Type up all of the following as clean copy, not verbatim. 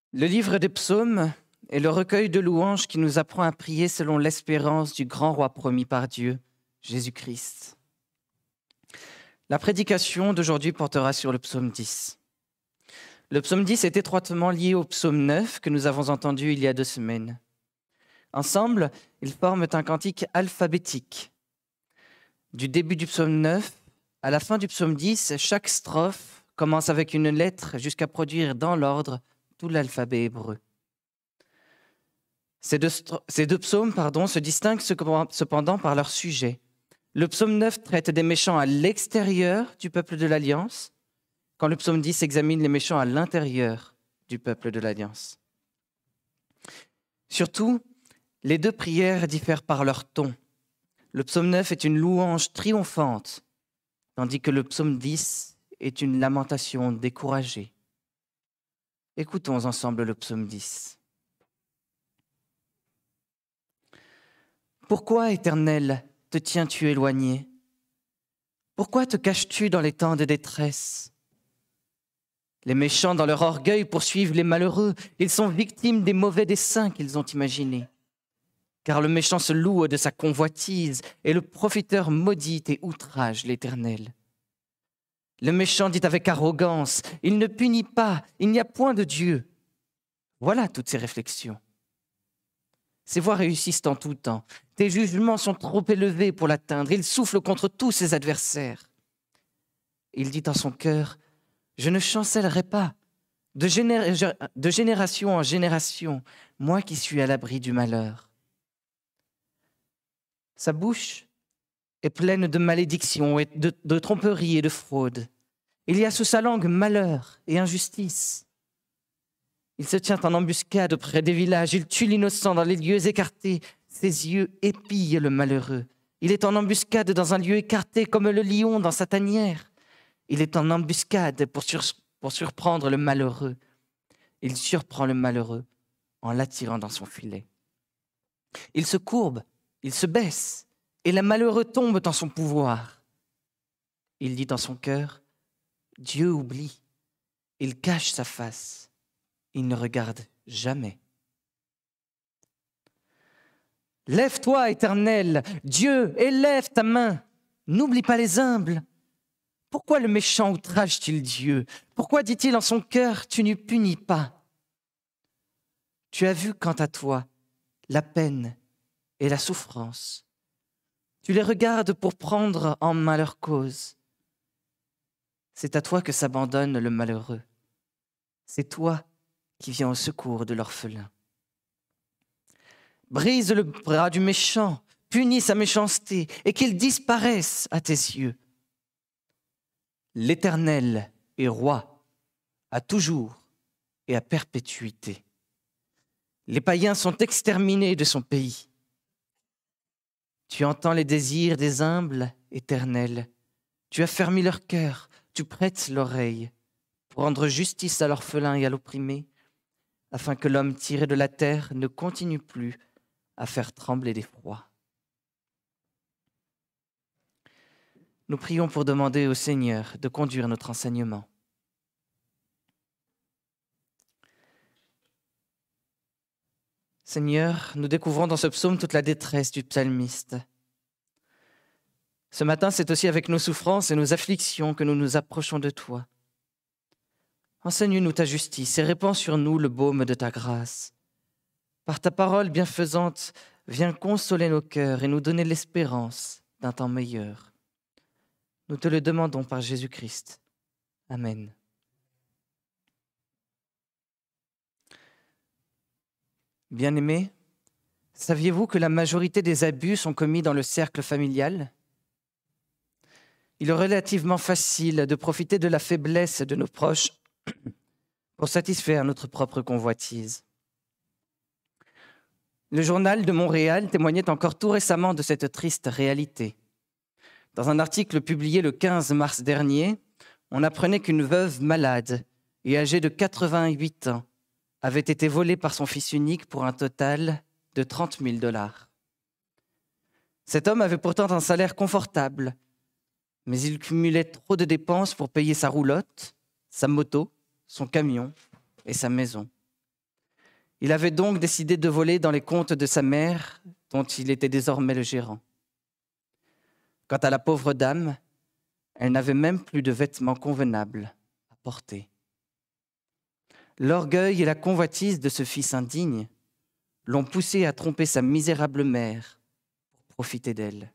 Le livre des psaumes est le recueil de louanges qui nous apprend à prier selon l'espérance du grand roi promis par Dieu, Jésus-Christ. La prédication d'aujourd'hui portera sur le psaume 10. Le psaume 10 est étroitement lié au psaume 9 que nous avons entendu il y a 2 semaines. Ensemble, ils forment un cantique alphabétique. Du début du psaume 9 à la fin du psaume 10, chaque strophe commence avec une lettre jusqu'à produire dans l'ordre tout l'alphabet hébreu. Ces deux psaumes se distinguent cependant par leur sujet. Le psaume 9 traite des méchants à l'extérieur du peuple de l'Alliance, quand le psaume 10 examine les méchants à l'intérieur du peuple de l'Alliance. Surtout, les deux prières diffèrent par leur ton. Le psaume 9 est une louange triomphante, tandis que le psaume 10 est une lamentation découragée. Écoutons ensemble le psaume 10. Pourquoi, Éternel, te tiens-tu éloigné? Pourquoi te caches-tu dans les temps de détresse? Les méchants, dans leur orgueil, poursuivent les malheureux. Ils sont victimes des mauvais desseins qu'ils ont imaginés. Car le méchant se loue de sa convoitise et le profiteur maudit et outrage l'Éternel. Le méchant dit avec arrogance, « Il ne punit pas, il n'y a point de Dieu. » Voilà toutes ces réflexions. Ses voix réussissent en tout temps. Tes jugements sont trop élevés pour l'atteindre. Il souffle contre tous ses adversaires. Il dit en son cœur, « Je ne chancellerai pas. De génération en génération, moi qui suis à l'abri du malheur. » Sa bouche est pleine de malédictions, et de tromperies et de fraudes. Il y a sous sa langue malheur et injustice. Il se tient en embuscade près des villages, il tue l'innocent dans les lieux écartés. Ses yeux épillent le malheureux. Il est en embuscade dans un lieu écarté comme le lion dans sa tanière. Il est en embuscade pour surprendre le malheureux. Il surprend le malheureux en l'attirant dans son filet. Il se courbe, il se baisse, et le malheureux tombe dans son pouvoir. Il dit dans son cœur, « Dieu oublie. » Il cache sa face. Il ne regarde jamais. Lève-toi, Éternel, Dieu, élève ta main. N'oublie pas les humbles. Pourquoi le méchant outrage-t-il Dieu? Pourquoi dit-il en son cœur, tu ne punis pas? Tu as vu, quant à toi, la peine et la souffrance. Tu les regardes pour prendre en main leur cause. C'est à toi que s'abandonne le malheureux. C'est toi qui viens au secours de l'orphelin. Brise le bras du méchant, punis sa méchanceté, et qu'il disparaisse à tes yeux. L'Éternel est roi, à toujours et à perpétuité. Les païens sont exterminés de son pays. Tu entends les désirs des humbles, Éternel. Tu as fermé leur cœur, tu prêtes l'oreille pour rendre justice à l'orphelin et à l'opprimé, afin que l'homme tiré de la terre ne continue plus à faire trembler d'effroi. Nous prions pour demander au Seigneur de conduire notre enseignement. Seigneur, nous découvrons dans ce psaume toute la détresse du psalmiste. Ce matin, c'est aussi avec nos souffrances et nos afflictions que nous nous approchons de toi. Enseigne-nous ta justice et répands sur nous le baume de ta grâce. Par ta parole bienfaisante, viens consoler nos cœurs et nous donner l'espérance d'un temps meilleur. Nous te le demandons par Jésus-Christ. Amen. Bien-aimés, saviez-vous que la majorité des abus sont commis dans le cercle familial? Il est relativement facile de profiter de la faiblesse de nos proches pour satisfaire notre propre convoitise. Le journal de Montréal témoignait encore tout récemment de cette triste réalité. Dans un article publié le 15 mars dernier, on apprenait qu'une veuve malade et âgée de 88 ans avait été volée par son fils unique pour un total de 30 000 $. Cet homme avait pourtant un salaire confortable, mais il cumulait trop de dépenses pour payer sa roulotte, sa moto, son camion et sa maison. Il avait donc décidé de voler dans les comptes de sa mère, dont il était désormais le gérant. Quant à la pauvre dame, elle n'avait même plus de vêtements convenables à porter. L'orgueil et la convoitise de ce fils indigne l'ont poussé à tromper sa misérable mère pour profiter d'elle.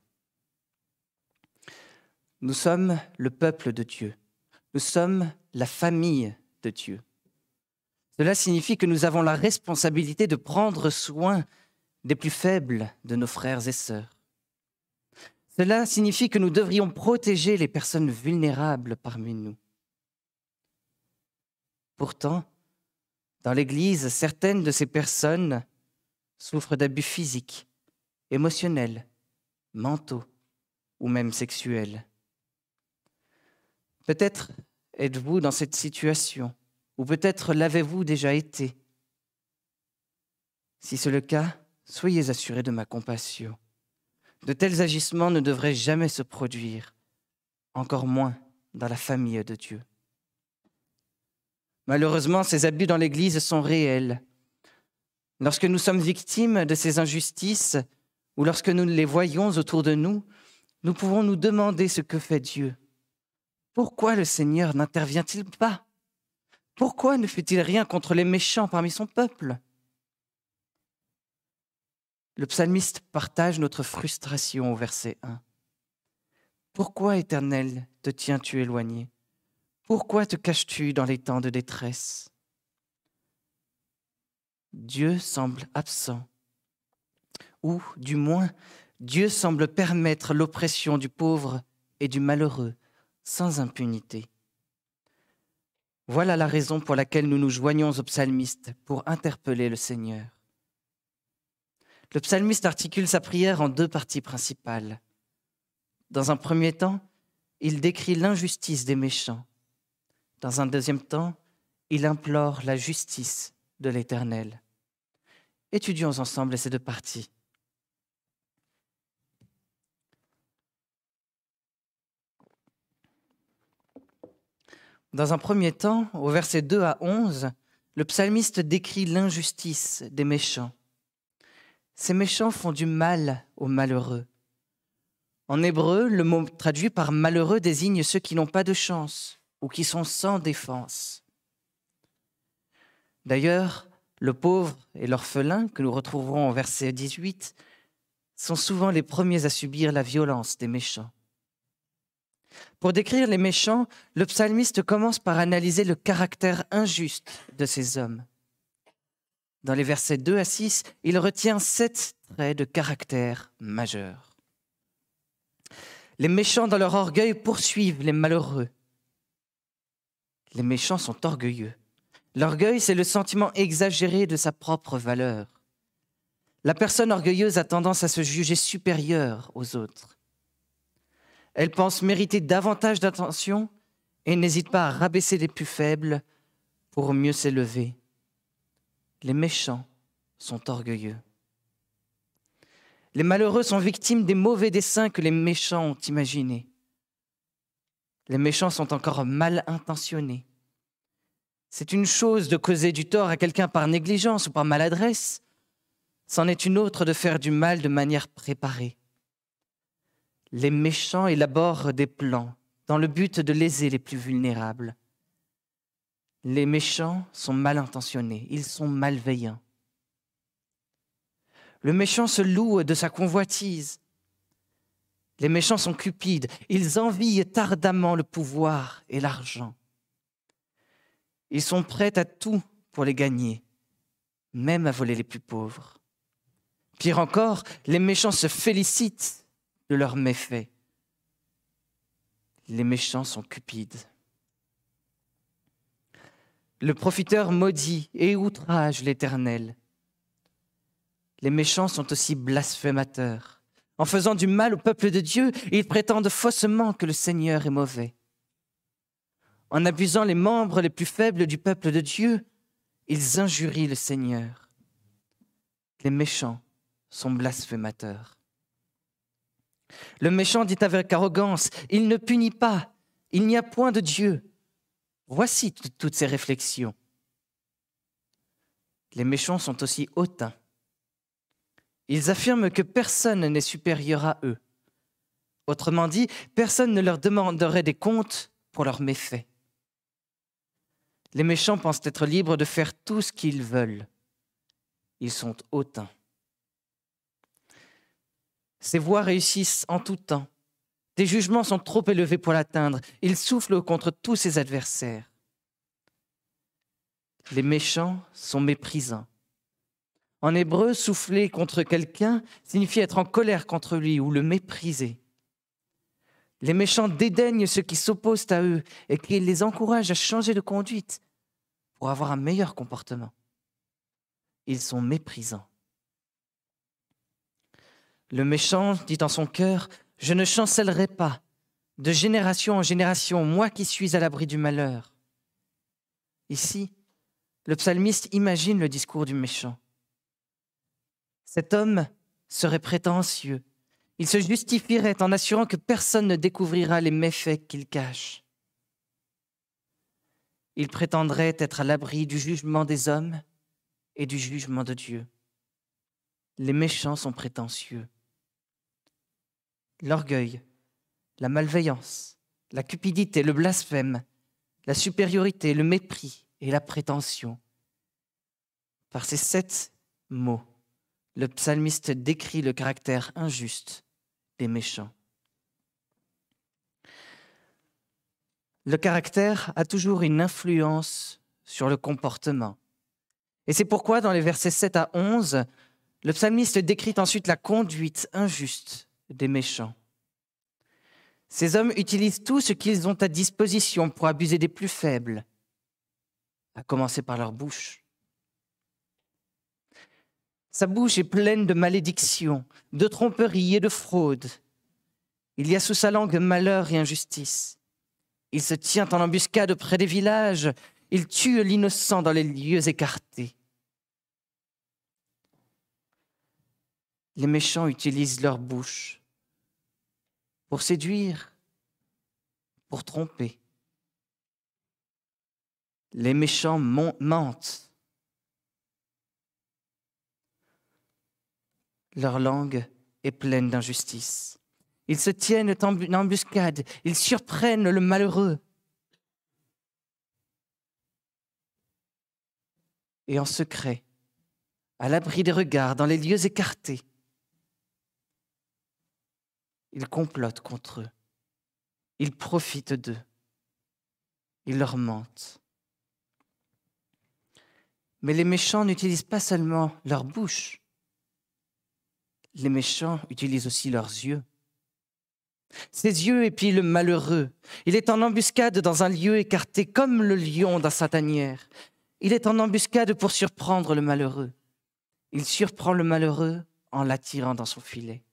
Nous sommes le peuple de Dieu. Nous sommes la famille de Dieu. Cela signifie que nous avons la responsabilité de prendre soin des plus faibles de nos frères et sœurs. Cela signifie que nous devrions protéger les personnes vulnérables parmi nous. Pourtant, dans l'Église, certaines de ces personnes souffrent d'abus physiques, émotionnels, mentaux ou même sexuels. Peut-être êtes-vous dans cette situation, ou peut-être l'avez-vous déjà été. Si c'est le cas, soyez assurés de ma compassion. De tels agissements ne devraient jamais se produire, encore moins dans la famille de Dieu. Malheureusement, ces abus dans l'Église sont réels. Lorsque nous sommes victimes de ces injustices, ou lorsque nous les voyons autour de nous, nous pouvons nous demander ce que fait Dieu. Pourquoi le Seigneur n'intervient-il pas ? Pourquoi ne fait-il rien contre les méchants parmi son peuple ? Le psalmiste partage notre frustration au verset 1. Pourquoi, Éternel, te tiens-tu éloigné ? Pourquoi te caches-tu dans les temps de détresse ? Dieu semble absent, ou du moins, Dieu semble permettre l'oppression du pauvre et du malheureux sans impunité. Voilà la raison pour laquelle nous nous joignons au psalmiste pour interpeller le Seigneur. Le psalmiste articule sa prière en deux parties principales. Dans un premier temps, il décrit l'injustice des méchants. Dans un deuxième temps, il implore la justice de l'Éternel. Étudions ensemble ces deux parties. Dans un premier temps, au verset 2 à 11, le psalmiste décrit l'injustice des méchants. Ces méchants font du mal aux malheureux. En hébreu, le mot traduit par malheureux désigne ceux qui n'ont pas de chance ou qui sont sans défense. D'ailleurs, le pauvre et l'orphelin, que nous retrouverons au verset 18, sont souvent les premiers à subir la violence des méchants. Pour décrire les méchants, le psalmiste commence par analyser le caractère injuste de ces hommes. Dans les versets 2 à 6, il retient 7 traits de caractère majeurs. Les méchants, dans leur orgueil, poursuivent les malheureux. Les méchants sont orgueilleux. L'orgueil, c'est le sentiment exagéré de sa propre valeur. La personne orgueilleuse a tendance à se juger supérieure aux autres. Elle pense mériter davantage d'attention et n'hésite pas à rabaisser les plus faibles pour mieux s'élever. Les méchants sont orgueilleux. Les malheureux sont victimes des mauvais desseins que les méchants ont imaginés. Les méchants sont encore mal intentionnés. C'est une chose de causer du tort à quelqu'un par négligence ou par maladresse. C'en est une autre de faire du mal de manière préparée. Les méchants élaborent des plans dans le but de léser les plus vulnérables. Les méchants sont mal intentionnés, ils sont malveillants. Le méchant se loue de sa convoitise. Les méchants sont cupides, ils envient ardemment le pouvoir et l'argent. Ils sont prêts à tout pour les gagner, même à voler les plus pauvres. Pire encore, les méchants se félicitent de leurs méfaits. Les méchants sont cupides. Le profiteur maudit et outrage l'Éternel. Les méchants sont aussi blasphémateurs. En faisant du mal au peuple de Dieu, ils prétendent faussement que le Seigneur est mauvais. En abusant les membres les plus faibles du peuple de Dieu, ils injurient le Seigneur. Les méchants sont blasphémateurs. Le méchant dit avec arrogance, « Il ne punit pas, il n'y a point de Dieu. » Voici toutes ces réflexions. Les méchants sont aussi hautains. Ils affirment que personne n'est supérieur à eux. Autrement dit, personne ne leur demanderait des comptes pour leurs méfaits. Les méchants pensent être libres de faire tout ce qu'ils veulent. Ils sont hautains. Ces voies réussissent en tout temps. Des jugements sont trop élevés pour l'atteindre. Ils soufflent contre tous ses adversaires. Les méchants sont méprisants. En hébreu, souffler contre quelqu'un signifie être en colère contre lui ou le mépriser. Les méchants dédaignent ceux qui s'opposent à eux et qui les encouragent à changer de conduite pour avoir un meilleur comportement. Ils sont méprisants. Le méchant dit en son cœur, « Je ne chancellerai pas, de génération en génération, moi qui suis à l'abri du malheur. » Ici, le psalmiste imagine le discours du méchant. Cet homme serait prétentieux. Il se justifierait en assurant que personne ne découvrira les méfaits qu'il cache. Il prétendrait être à l'abri du jugement des hommes et du jugement de Dieu. Les méchants sont prétentieux. L'orgueil, la malveillance, la cupidité, le blasphème, la supériorité, le mépris et la prétention. Par ces 7 mots, le psalmiste décrit le caractère injuste des méchants. Le caractère a toujours une influence sur le comportement. Et c'est pourquoi, dans les versets 7 à 11, le psalmiste décrit ensuite la conduite injuste des méchants. Ces hommes utilisent tout ce qu'ils ont à disposition pour abuser des plus faibles, à commencer par leur bouche. Sa bouche est pleine de malédictions, de tromperies et de fraudes. Il y a sous sa langue malheur et injustice. Il se tient en embuscade près des villages. Il tue l'innocent dans les lieux écartés. Les méchants utilisent leur bouche pour séduire, pour tromper. Les méchants mentent. Leur langue est pleine d'injustice. Ils se tiennent en embuscade, ils surprennent le malheureux. Et en secret, à l'abri des regards, dans les lieux écartés, ils complotent contre eux. Ils profitent d'eux. Ils leur mentent. Mais les méchants n'utilisent pas seulement leur bouche. Les méchants utilisent aussi leurs yeux. Ses yeux épient le malheureux. Il est en embuscade dans un lieu écarté comme le lion dans sa tanière. Il est en embuscade pour surprendre le malheureux. Il surprend le malheureux en l'attirant dans son filet.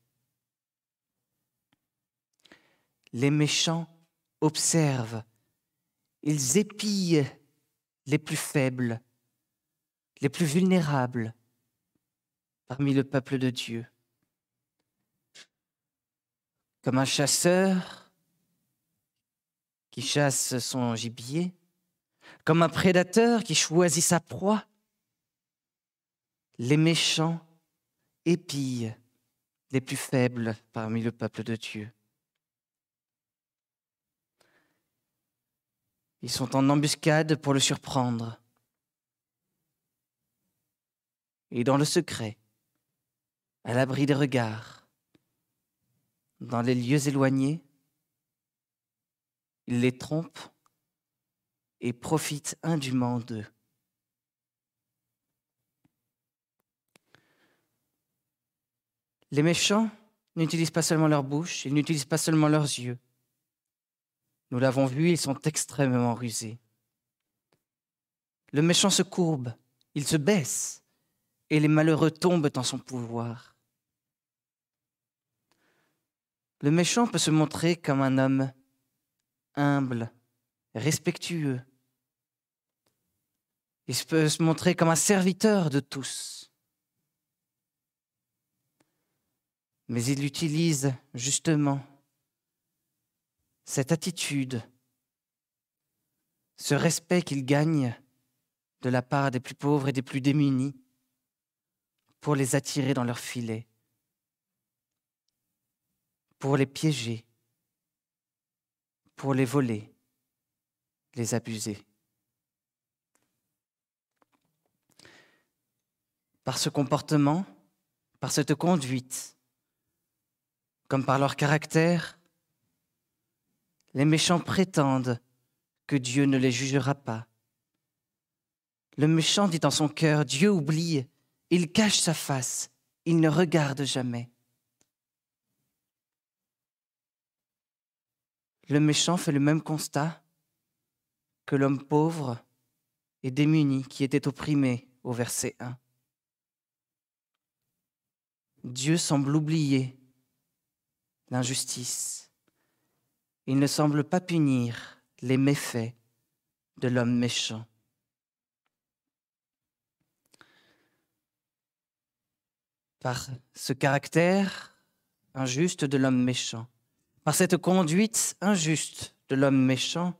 Les méchants observent. Ils épient les plus faibles, les plus vulnérables parmi le peuple de Dieu. Comme un chasseur qui chasse son gibier, comme un prédateur qui choisit sa proie, les méchants épient les plus faibles parmi le peuple de Dieu. Ils sont en embuscade pour le surprendre. Et dans le secret, à l'abri des regards, dans les lieux éloignés, ils les trompent et profitent indûment d'eux. Les méchants n'utilisent pas seulement leur bouche, ils n'utilisent pas seulement leurs yeux. Nous l'avons vu, ils sont extrêmement rusés. Le méchant se courbe, il se baisse, et les malheureux tombent en son pouvoir. Le méchant peut se montrer comme un homme humble, respectueux. Il peut se montrer comme un serviteur de tous. Mais il utilise justement cette attitude, ce respect qu'il gagne de la part des plus pauvres et des plus démunis pour les attirer dans leurs filets, pour les piéger, pour les voler, les abuser. Par ce comportement, par cette conduite, comme par leur caractère, les méchants prétendent que Dieu ne les jugera pas. Le méchant dit en son cœur, Dieu oublie, il cache sa face, il ne regarde jamais. Le méchant fait le même constat que l'homme pauvre et démuni qui était opprimé au verset 1. Dieu semble oublier l'injustice. Il ne semble pas punir les méfaits de l'homme méchant. Par ce caractère injuste de l'homme méchant, par cette conduite injuste de l'homme méchant,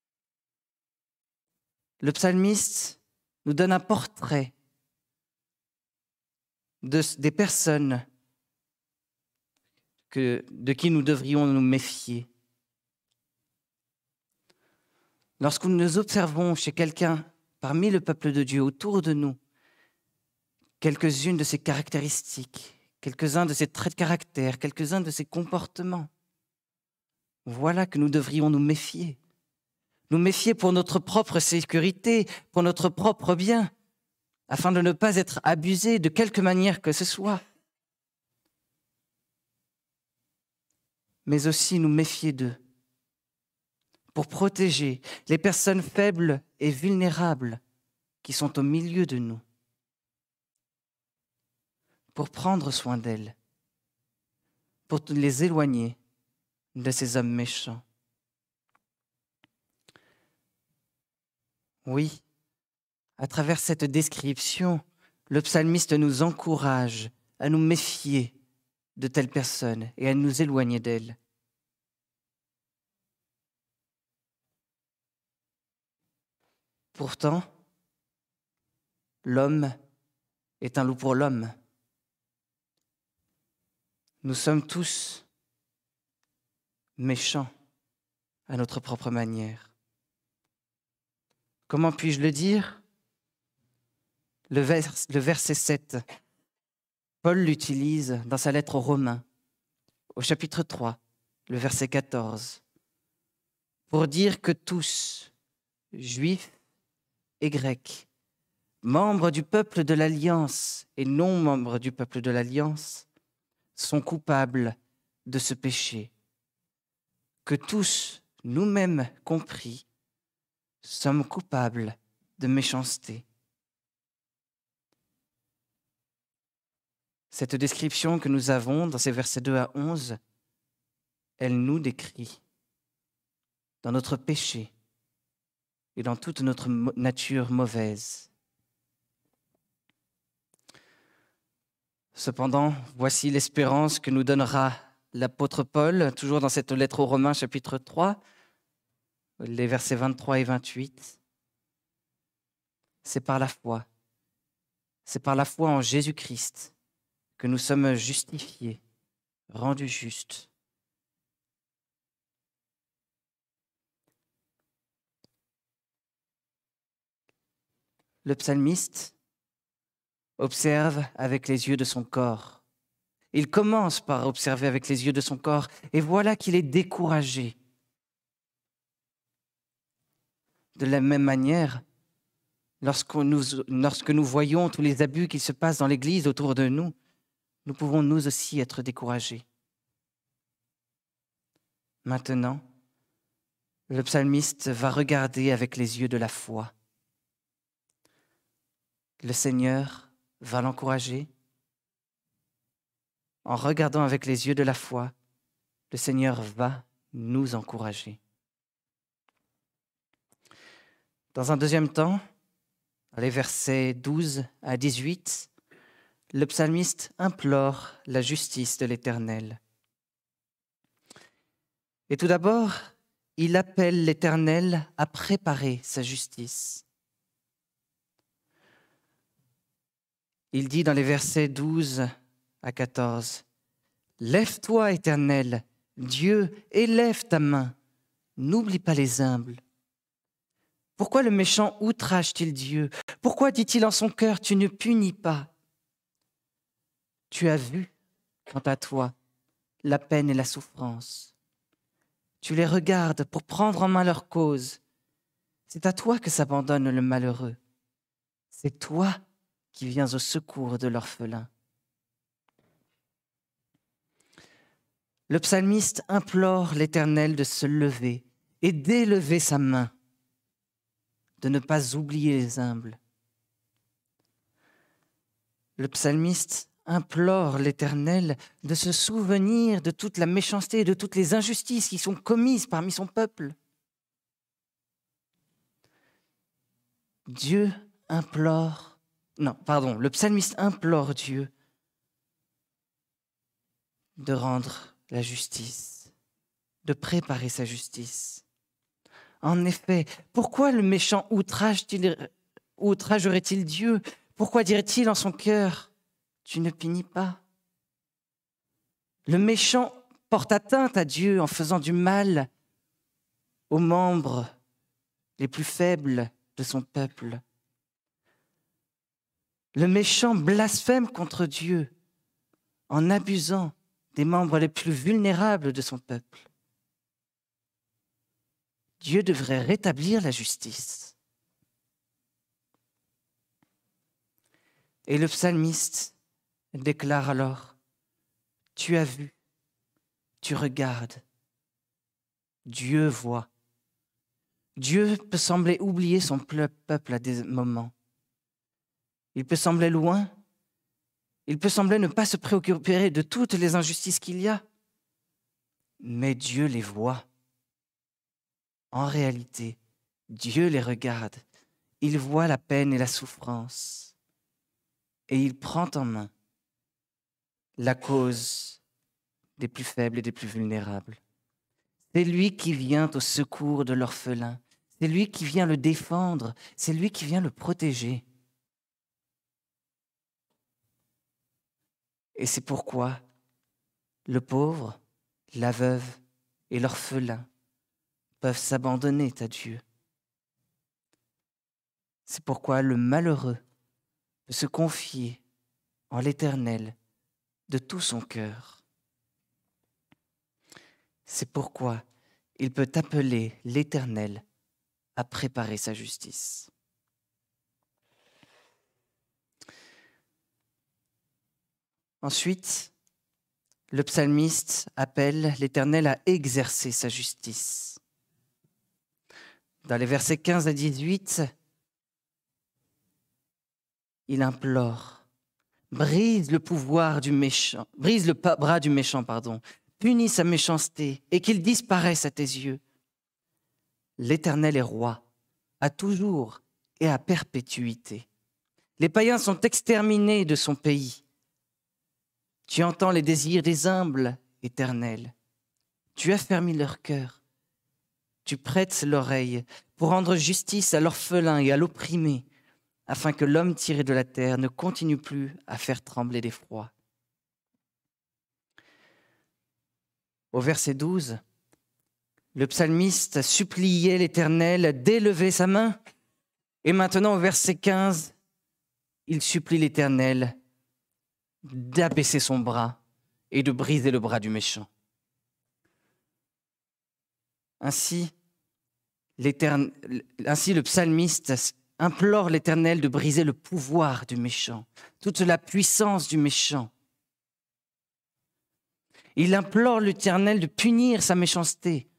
le psalmiste nous donne un portrait des personnes de qui nous devrions nous méfier. Lorsque nous observons chez quelqu'un parmi le peuple de Dieu autour de nous quelques-unes de ses caractéristiques, quelques-uns de ses traits de caractère, quelques-uns de ses comportements, voilà que nous devrions nous méfier. Nous méfier pour notre propre sécurité, pour notre propre bien, afin de ne pas être abusés de quelque manière que ce soit. Mais aussi nous méfier d'eux, pour protéger les personnes faibles et vulnérables qui sont au milieu de nous, pour prendre soin d'elles, pour les éloigner de ces hommes méchants. Oui, à travers cette description, le psalmiste nous encourage à nous méfier de telles personnes et à nous éloigner d'elles. Pourtant, l'homme est un loup pour l'homme. Nous sommes tous méchants à notre propre manière. Comment puis-je le dire ? Le verset 7, Paul l'utilise dans sa lettre aux Romains, au chapitre 3, le verset 14, pour dire que tous, juifs et grecs, membres du peuple de l'Alliance et non membres du peuple de l'Alliance, sont coupables de ce péché, que tous, nous-mêmes compris, sommes coupables de méchanceté. Cette description que nous avons dans ces versets 2 à 11, elle nous décrit dans notre péché et dans toute notre nature mauvaise. Cependant, voici l'espérance que nous donnera l'apôtre Paul, toujours dans cette lettre aux Romains, chapitre 3, les versets 23 et 28. C'est par la foi en Jésus-Christ que nous sommes justifiés, rendus justes. Le psalmiste observe avec les yeux de son corps. Il commence par observer avec les yeux de son corps et voilà qu'il est découragé. De la même manière, lorsque nous voyons tous les abus qui se passent dans l'Église autour de nous, nous pouvons nous aussi être découragés. Maintenant, le psalmiste va regarder avec les yeux de la foi. Le Seigneur va l'encourager. En regardant avec les yeux de la foi, le Seigneur va nous encourager. Dans un deuxième temps, dans les versets 12 à 18, le psalmiste implore la justice de l'Éternel. Et tout d'abord, il appelle l'Éternel à préparer sa justice. Il dit dans les versets 12 à 14, « Lève-toi, Éternel, Dieu, élève ta main, n'oublie pas les humbles. Pourquoi le méchant outrage-t-il Dieu? Pourquoi dit-il en son cœur, tu ne punis pas? Tu as vu, quant à toi, la peine et la souffrance. Tu les regardes pour prendre en main leur cause. C'est à toi que s'abandonne le malheureux. C'est toi qui viens au secours de l'orphelin. » Le psalmiste implore l'Éternel de se lever et d'élever sa main, de ne pas oublier les humbles. Le psalmiste implore l'Éternel de se souvenir de toute la méchanceté et de toutes les injustices qui sont commises parmi son peuple. Le psalmiste implore Dieu de rendre la justice, de préparer sa justice. En effet, pourquoi le méchant outragerait-il Dieu? Pourquoi dirait-il en son cœur, tu ne punis pas? Le méchant porte atteinte à Dieu en faisant du mal aux membres les plus faibles de son peuple. Le méchant blasphème contre Dieu en abusant des membres les plus vulnérables de son peuple. Dieu devrait rétablir la justice. Et le psalmiste déclare alors, « Tu as vu, tu regardes, Dieu voit. » Dieu peut sembler oublier son peuple à des moments. Il peut sembler loin. Il peut sembler ne pas se préoccuper de toutes les injustices qu'il y a. Mais Dieu les voit. En réalité, Dieu les regarde. Il voit la peine et la souffrance. Et il prend en main la cause des plus faibles et des plus vulnérables. C'est lui qui vient au secours de l'orphelin. C'est lui qui vient le défendre. C'est lui qui vient le protéger. Et c'est pourquoi le pauvre, la veuve et l'orphelin peuvent s'abandonner à Dieu. C'est pourquoi le malheureux peut se confier en l'Éternel de tout son cœur. C'est pourquoi il peut appeler l'Éternel à préparer sa justice. Ensuite, le psalmiste appelle l'Éternel à exercer sa justice. Dans les versets 15 à 18, il implore, brise le bras du méchant, punis sa méchanceté et qu'il disparaisse à tes yeux. L'Éternel est roi, à toujours et à perpétuité. Les païens sont exterminés de son pays. Tu entends les désirs des humbles, Éternel. Tu affermis leur cœur. Tu prêtes l'oreille pour rendre justice à l'orphelin et à l'opprimé, afin que l'homme tiré de la terre ne continue plus à faire trembler d'effroi. Au verset 12, le psalmiste suppliait l'Éternel d'élever sa main. Et maintenant, au verset 15, il supplie l'Éternel d'abaisser son bras et de briser le bras du méchant. Ainsi, le psalmiste implore l'Éternel de briser le pouvoir du méchant, toute la puissance du méchant. Il implore l'Éternel de punir sa méchanceté.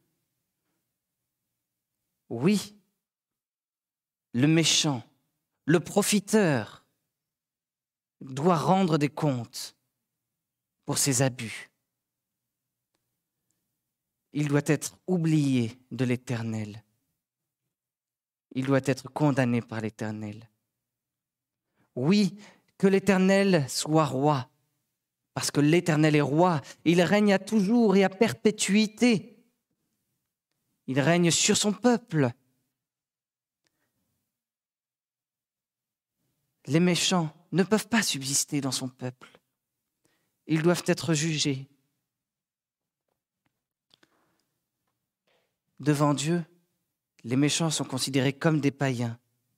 Oui, le méchant, le profiteur, doit rendre des comptes pour ses abus. Il doit être oublié de l'Éternel. Il doit être condamné par l'Éternel. Oui, que l'Éternel soit roi, parce que l'Éternel est roi. Il règne à toujours et à perpétuité. Il règne sur son peuple. Les méchants ne peuvent pas subsister dans son peuple. Ils doivent être jugés. Devant Dieu, les méchants sont considérés comme des païens.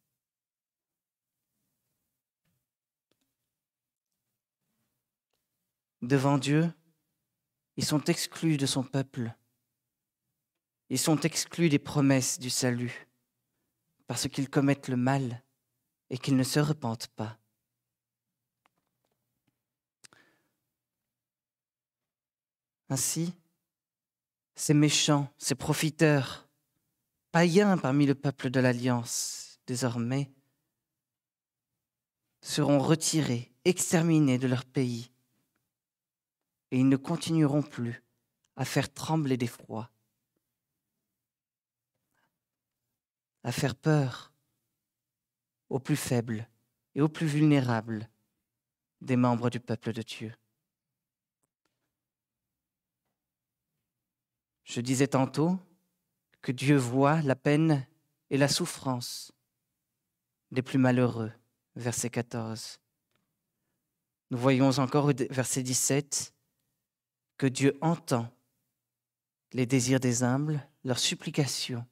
Devant Dieu, ils sont exclus de son peuple. Ils sont exclus des promesses du salut parce qu'ils commettent le mal et qu'ils ne se repentent pas. Ainsi, ces méchants, ces profiteurs, païens parmi le peuple de l'Alliance, désormais, seront retirés, exterminés de leur pays, et ils ne continueront plus à faire trembler d'effroi, à faire peur aux plus faibles et aux plus vulnérables des membres du peuple de Dieu. Je disais tantôt que Dieu voit la peine et la souffrance des plus malheureux, verset 14. Nous voyons encore au verset 17 que Dieu entend les désirs des humbles, leurs supplications,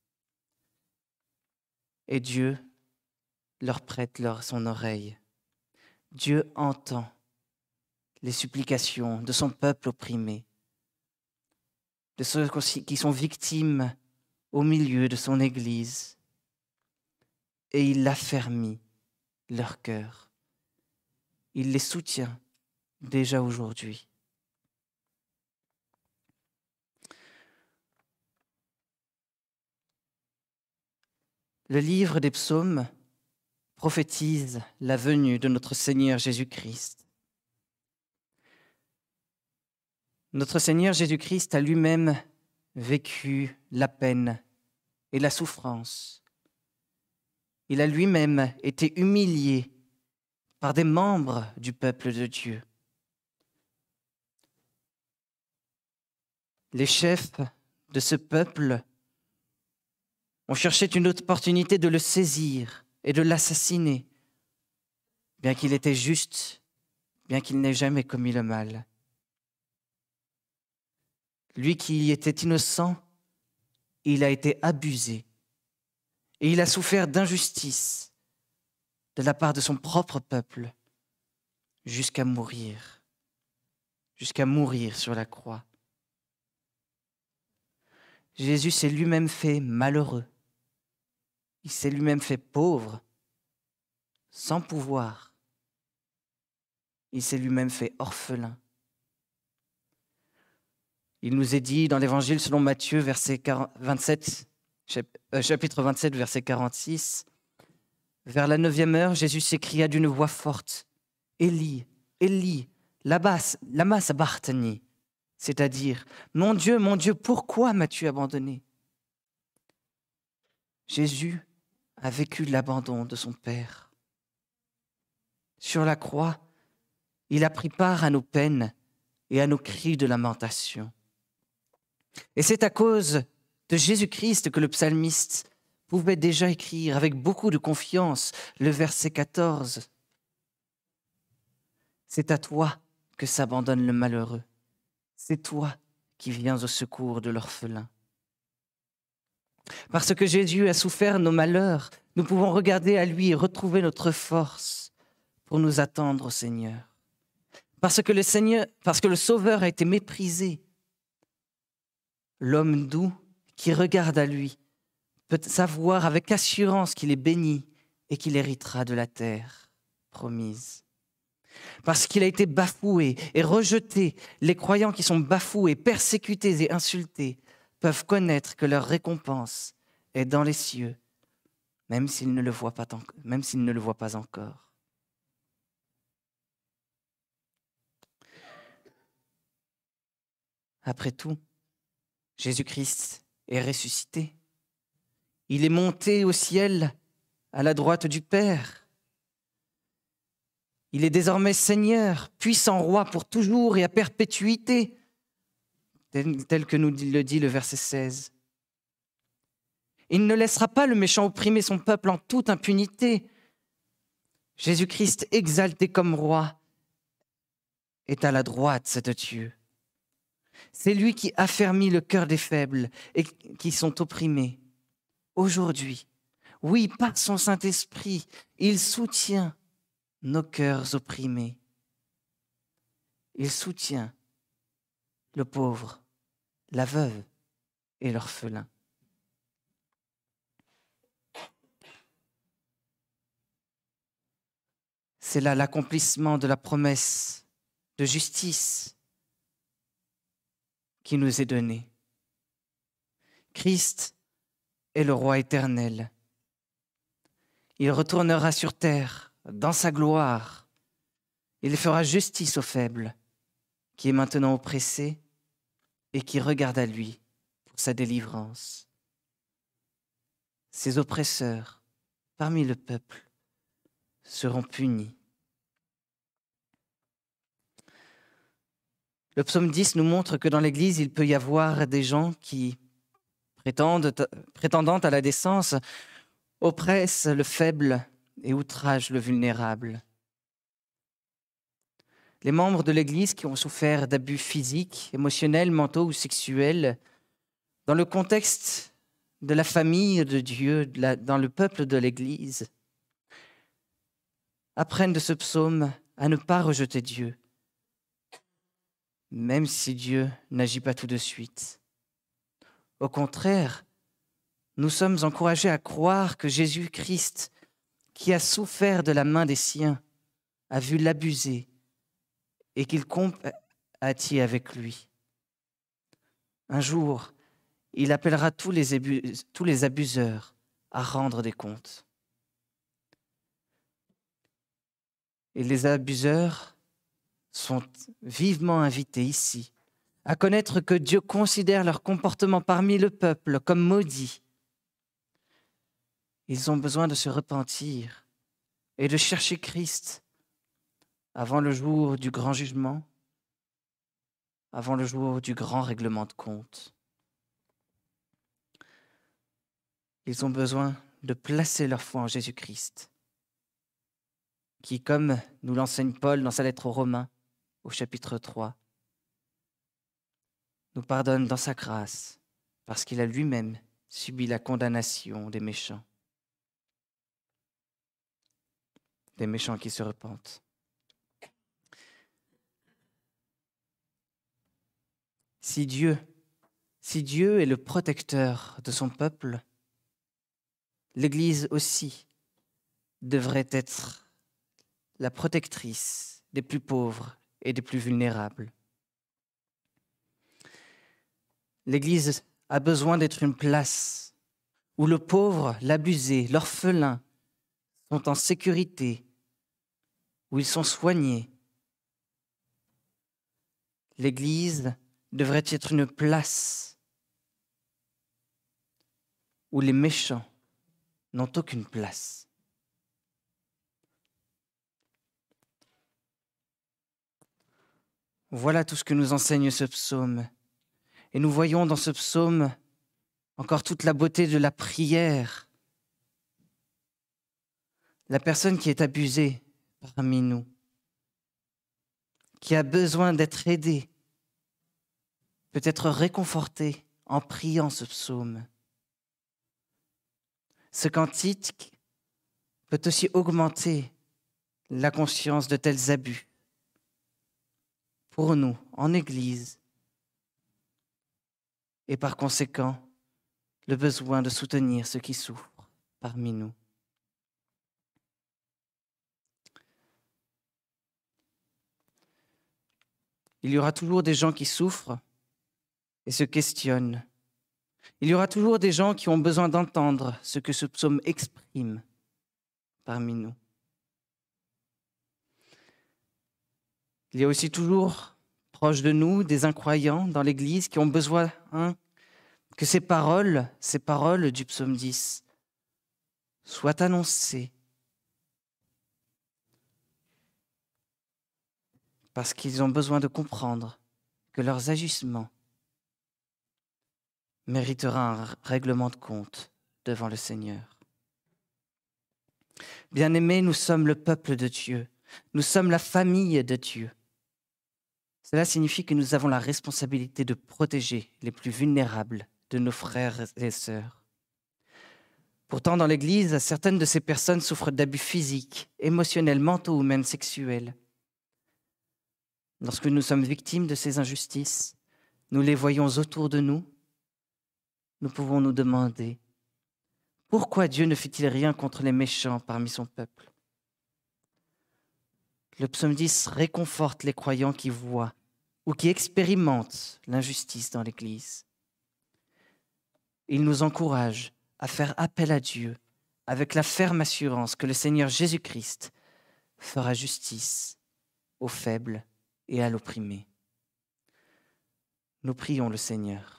et Dieu leur prête son oreille. Dieu entend les supplications de son peuple opprimé, de ceux qui sont victimes au milieu de son Église, et il affermit leur cœur. Il les soutient déjà aujourd'hui. Le livre des psaumes prophétise la venue de notre Seigneur Jésus-Christ. Notre Seigneur Jésus-Christ a lui-même vécu la peine et la souffrance. Il a lui-même été humilié par des membres du peuple de Dieu. Les chefs de ce peuple ont cherché une opportunité de le saisir et de l'assassiner, bien qu'il était juste, bien qu'il n'ait jamais commis le mal. Lui qui était innocent, il a été abusé et il a souffert d'injustice de la part de son propre peuple jusqu'à mourir sur la croix. Jésus s'est lui-même fait malheureux. Il s'est lui-même fait pauvre, sans pouvoir. Il s'est lui-même fait orphelin. Il nous est dit dans l'Évangile selon Matthieu, chapitre 27, verset 46, « Vers la 9e heure, Jésus s'écria d'une voix forte, « Élie, Élie, lama sabachthani » c'est-à-dire, « Mon Dieu, pourquoi m'as-tu abandonné » Jésus a vécu l'abandon de son Père. Sur la croix, il a pris part à nos peines et à nos cris de lamentation. Et c'est à cause de Jésus-Christ que le psalmiste pouvait déjà écrire avec beaucoup de confiance le verset 14. C'est à toi que s'abandonne le malheureux. C'est toi qui viens au secours de l'orphelin. Parce que Jésus a souffert nos malheurs, nous pouvons regarder à lui et retrouver notre force pour nous attendre au Seigneur. Parce que le Sauveur a été méprisé, l'homme doux qui regarde à lui peut savoir avec assurance qu'il est béni et qu'il héritera de la terre promise. Parce qu'il a été bafoué et rejeté, les croyants qui sont bafoués, persécutés et insultés peuvent connaître que leur récompense est dans les cieux, même s'ils ne le voient pas encore. Après tout, Jésus-Christ est ressuscité. Il est monté au ciel à la droite du Père. Il est désormais Seigneur, puissant roi pour toujours et à perpétuité, tel que nous le dit le verset 16. Il ne laissera pas le méchant opprimer son peuple en toute impunité. Jésus-Christ, exalté comme roi, est à la droite de Dieu. C'est lui qui affermit le cœur des faibles et qui sont opprimés. Aujourd'hui, oui, par son Saint-Esprit, il soutient nos cœurs opprimés. Il soutient le pauvre, la veuve et l'orphelin. C'est là l'accomplissement de la promesse de justice qui nous est donnée. Christ est le roi éternel. Il retournera sur terre dans sa gloire. Il fera justice aux faibles, qui est maintenant oppressé et qui regarde à lui pour sa délivrance. Ces oppresseurs, parmi le peuple, seront punis. Le psaume 10 nous montre que dans l'Église, il peut y avoir des gens qui, prétendant à la décence, oppressent le faible et outragent le vulnérable. Les membres de l'Église qui ont souffert d'abus physiques, émotionnels, mentaux ou sexuels, dans le contexte de la famille de Dieu, dans le peuple de l'Église, apprennent de ce psaume à ne pas rejeter Dieu, même si Dieu n'agit pas tout de suite. Au contraire, nous sommes encouragés à croire que Jésus-Christ, qui a souffert de la main des siens, a vu l'abuser et qu'il compatit avec lui. Un jour, il appellera tous les abuseurs à rendre des comptes. Et les abuseurs sont vivement invités ici à connaître que Dieu considère leur comportement parmi le peuple comme maudit. Ils ont besoin de se repentir et de chercher Christ avant le jour du grand jugement, avant le jour du grand règlement de compte. Ils ont besoin de placer leur foi en Jésus-Christ, qui, comme nous l'enseigne Paul dans sa lettre aux Romains, au chapitre 3, nous pardonne dans sa grâce, parce qu'il a lui-même subi la condamnation des méchants qui se repentent. Si Dieu est le protecteur de son peuple, l'Église aussi devrait être la protectrice des plus pauvres et des plus vulnérables. L'Église a besoin d'être une place où le pauvre, l'abusé, l'orphelin sont en sécurité, où ils sont soignés. L'Église devrait être une place où les méchants n'ont aucune place. Voilà tout ce que nous enseigne ce psaume. Et nous voyons dans ce psaume encore toute la beauté de la prière. La personne qui est abusée parmi nous, qui a besoin d'être aidée, peut être réconfortée en priant ce psaume. Ce cantique peut aussi augmenter la conscience de tels abus. Pour nous, en Église, et par conséquent, le besoin de soutenir ceux qui souffrent parmi nous. Il y aura toujours des gens qui souffrent et se questionnent. Il y aura toujours des gens qui ont besoin d'entendre ce que ce psaume exprime parmi nous. Il y a aussi toujours proche de nous des incroyants dans l'Église qui ont besoin que ces paroles du psaume 10 soient annoncées parce qu'ils ont besoin de comprendre que leurs agissements méritera un règlement de compte devant le Seigneur. Bien-aimés, nous sommes le peuple de Dieu. Nous sommes la famille de Dieu. Cela signifie que nous avons la responsabilité de protéger les plus vulnérables de nos frères et sœurs. Pourtant, dans l'Église, certaines de ces personnes souffrent d'abus physiques, émotionnels, mentaux ou même sexuels. Lorsque nous sommes victimes de ces injustices, nous les voyons autour de nous, nous pouvons nous demander pourquoi Dieu ne fait-il rien contre les méchants parmi son peuple? Le psaume 10 réconforte les croyants qui voient ou qui expérimentent l'injustice dans l'Église. Il nous encourage à faire appel à Dieu avec la ferme assurance que le Seigneur Jésus-Christ fera justice aux faibles et à l'opprimé. Nous prions le Seigneur.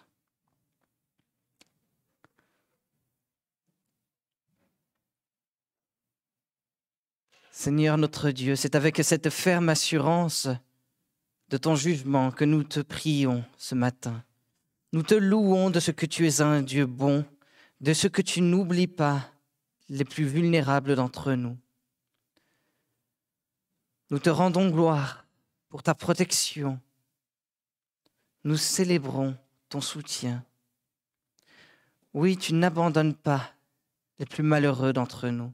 Seigneur notre Dieu, c'est avec cette ferme assurance de ton jugement que nous te prions ce matin. Nous te louons de ce que tu es un Dieu bon, de ce que tu n'oublies pas les plus vulnérables d'entre nous. Nous te rendons gloire pour ta protection. Nous célébrons ton soutien. Oui, tu n'abandonnes pas les plus malheureux d'entre nous.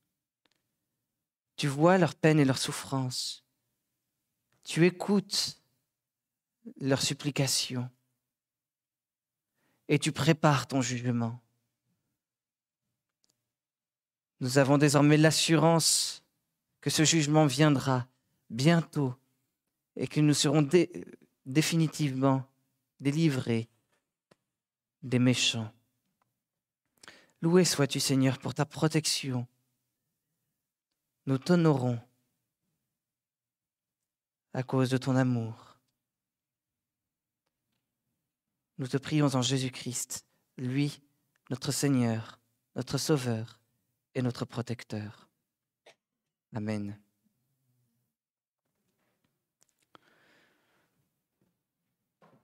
Tu vois leur peine et leur souffrance. Tu écoutes leurs supplications. Et tu prépares ton jugement. Nous avons désormais l'assurance que ce jugement viendra bientôt et que nous serons définitivement délivrés des méchants. Loué sois-tu, Seigneur, pour ta protection. Nous t'honorons à cause de ton amour. Nous te prions en Jésus-Christ, lui, notre Seigneur, notre Sauveur et notre Protecteur. Amen.